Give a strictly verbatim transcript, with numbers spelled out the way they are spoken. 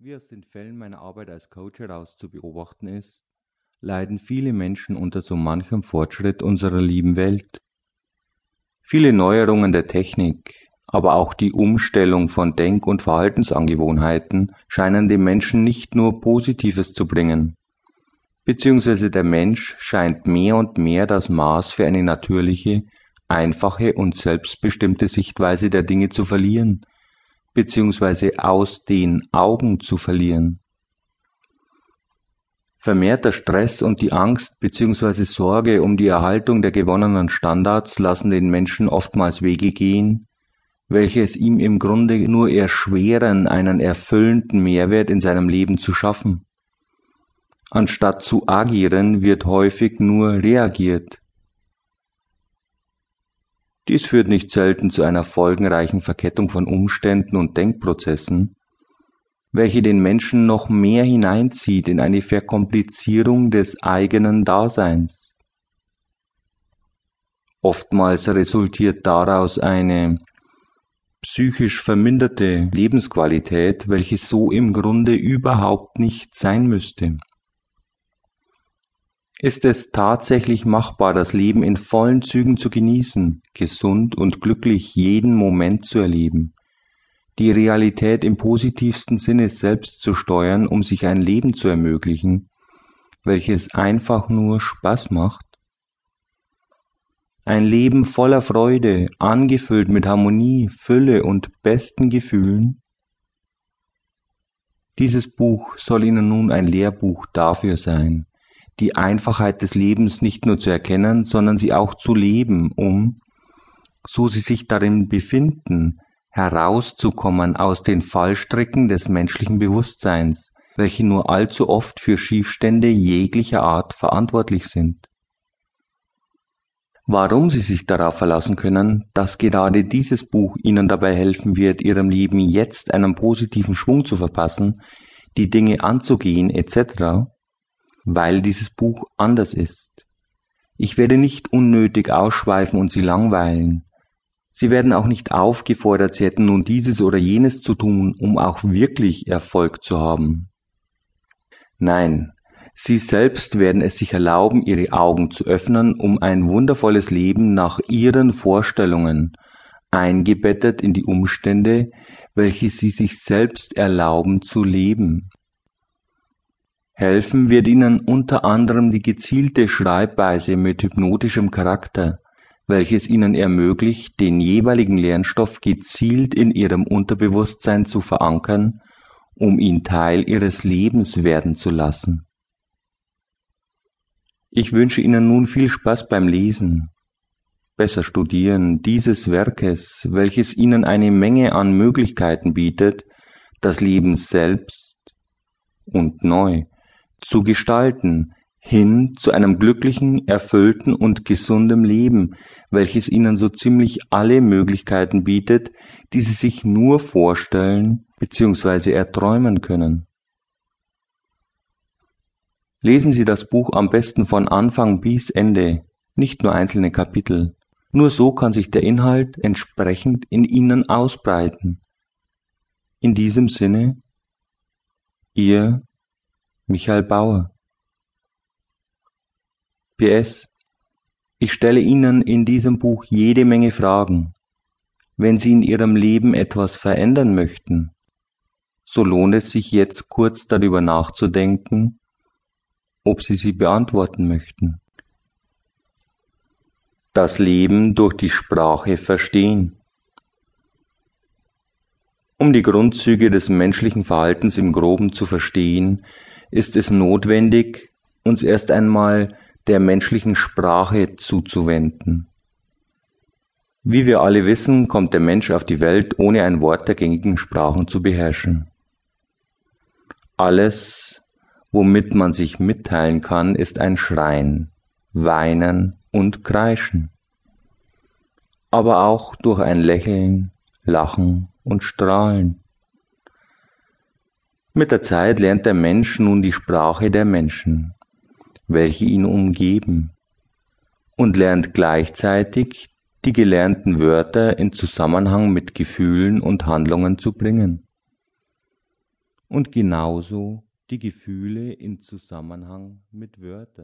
Wie aus den Fällen meiner Arbeit als Coach heraus zu beobachten ist, leiden viele Menschen unter so manchem Fortschritt unserer lieben Welt. Viele Neuerungen der Technik, aber auch die Umstellung von Denk- und Verhaltensangewohnheiten scheinen dem Menschen nicht nur Positives zu bringen, beziehungsweise der Mensch scheint mehr und mehr das Maß für eine natürliche, einfache und selbstbestimmte Sichtweise der Dinge zu verlieren, beziehungsweise aus den Augen zu verlieren. Vermehrter Stress und die Angst beziehungsweise Sorge um die Erhaltung der gewonnenen Standards lassen den Menschen oftmals Wege gehen, welche es ihm im Grunde nur erschweren, einen erfüllenden Mehrwert in seinem Leben zu schaffen. Anstatt zu agieren, wird häufig nur reagiert. Dies führt nicht selten zu einer folgenreichen Verkettung von Umständen und Denkprozessen, welche den Menschen noch mehr hineinzieht in eine Verkomplizierung des eigenen Daseins. Oftmals resultiert daraus eine psychisch verminderte Lebensqualität, welche so im Grunde überhaupt nicht sein müsste. Ist es tatsächlich machbar, das Leben in vollen Zügen zu genießen, gesund und glücklich jeden Moment zu erleben, die Realität im positivsten Sinne selbst zu steuern, um sich ein Leben zu ermöglichen, welches einfach nur Spaß macht? Ein Leben voller Freude, angefüllt mit Harmonie, Fülle und besten Gefühlen? Dieses Buch soll Ihnen nun ein Lehrbuch dafür sein, die Einfachheit des Lebens nicht nur zu erkennen, sondern sie auch zu leben, um, so Sie sich darin befinden, herauszukommen aus den Fallstricken des menschlichen Bewusstseins, welche nur allzu oft für Schiefstände jeglicher Art verantwortlich sind. Warum Sie sich darauf verlassen können, dass gerade dieses Buch Ihnen dabei helfen wird, Ihrem Leben jetzt einen positiven Schwung zu verpassen, die Dinge anzugehen et cetera, weil dieses Buch anders ist. Ich werde nicht unnötig ausschweifen und Sie langweilen. Sie werden auch nicht aufgefordert, Sie hätten nun dieses oder jenes zu tun, um auch wirklich Erfolg zu haben. Nein, Sie selbst werden es sich erlauben, Ihre Augen zu öffnen, um ein wundervolles Leben nach Ihren Vorstellungen, eingebettet in die Umstände, welche Sie sich selbst erlauben zu leben. Helfen wird Ihnen unter anderem die gezielte Schreibweise mit hypnotischem Charakter, welches Ihnen ermöglicht, den jeweiligen Lernstoff gezielt in Ihrem Unterbewusstsein zu verankern, um ihn Teil Ihres Lebens werden zu lassen. Ich wünsche Ihnen nun viel Spaß beim Lesen, besser Studieren dieses Werkes, welches Ihnen eine Menge an Möglichkeiten bietet, das Leben selbst und neu zu gestalten, hin zu einem glücklichen, erfüllten und gesundem Leben, welches Ihnen so ziemlich alle Möglichkeiten bietet, die Sie sich nur vorstellen bzw. erträumen können. Lesen Sie das Buch am besten von Anfang bis Ende, nicht nur einzelne Kapitel. Nur so kann sich der Inhalt entsprechend in Ihnen ausbreiten. In diesem Sinne, Ihr Michael Bauer. P S. Ich stelle Ihnen in diesem Buch jede Menge Fragen. Wenn Sie in Ihrem Leben etwas verändern möchten, so lohnt es sich jetzt kurz darüber nachzudenken, ob Sie sie beantworten möchten. Das Leben durch die Sprache verstehen. Um die Grundzüge des menschlichen Verhaltens im Groben zu verstehen, ist es notwendig, uns erst einmal der menschlichen Sprache zuzuwenden. Wie wir alle wissen, kommt der Mensch auf die Welt, ohne ein Wort der gängigen Sprachen zu beherrschen. Alles, womit man sich mitteilen kann, ist ein Schreien, Weinen und Kreischen, aber auch durch ein Lächeln, Lachen und Strahlen. Mit der Zeit lernt der Mensch nun die Sprache der Menschen, welche ihn umgeben, und lernt gleichzeitig die gelernten Wörter in Zusammenhang mit Gefühlen und Handlungen zu bringen. und genauso die Gefühle in Zusammenhang mit Wörtern.